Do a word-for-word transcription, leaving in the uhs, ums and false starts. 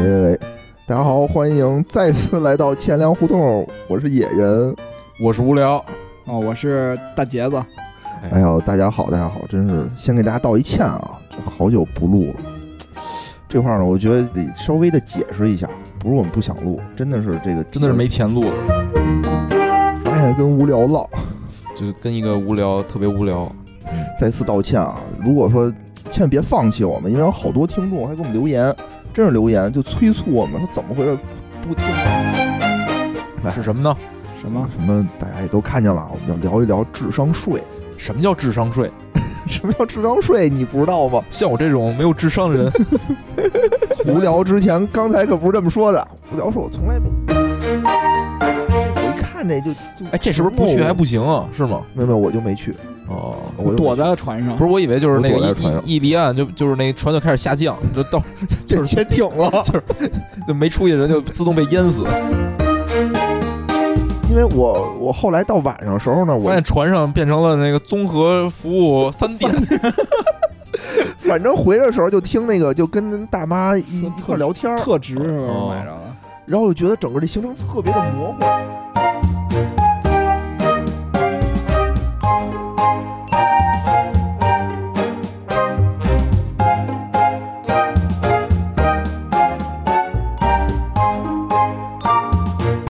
喂喂喂，大家好，欢迎再次来到钱粮胡同，我是野人， 我是无聊， 哦，我是大杰子。 哎呦，大家好，大家好，真是先给大家道一歉啊，这好久不录了。这块呢，我觉得得稍微的解释一下，不是我们不想录，真的是这个真的是没钱录了， 发现跟无聊唠， 就是跟一个无聊特别无聊。 再次道歉啊！如果说千万别放弃我们，因为有好多听众还给我们留言，真是留言就催促我们说怎么回事不听。 是什么呢？ 什么什么？大家也都看见了，我们要聊一聊智商税。 什么叫智商税？ 什么叫智商税？你不知道吗？ 像我这种没有智商的人， 无聊之前刚才可不是这么说的。无聊说我从来没，我一看这就就哎，这是不是不去还不行啊？是吗？ 没有没有，我就没去。 哦， 我躲在船上。 不是，我以为就是那个一一离岸就就是那船就开始下降，就到就潜艇了， 就是就没出去的人就自动被淹死。 因为我我后来到晚上的时候呢，我发现船上变成了那个综合服务三店。 反正回来的时候就听那个，就跟大妈一一块聊天， 特值是吧？ 哦、 买着了。 然后我觉得整个这行程特别的模糊。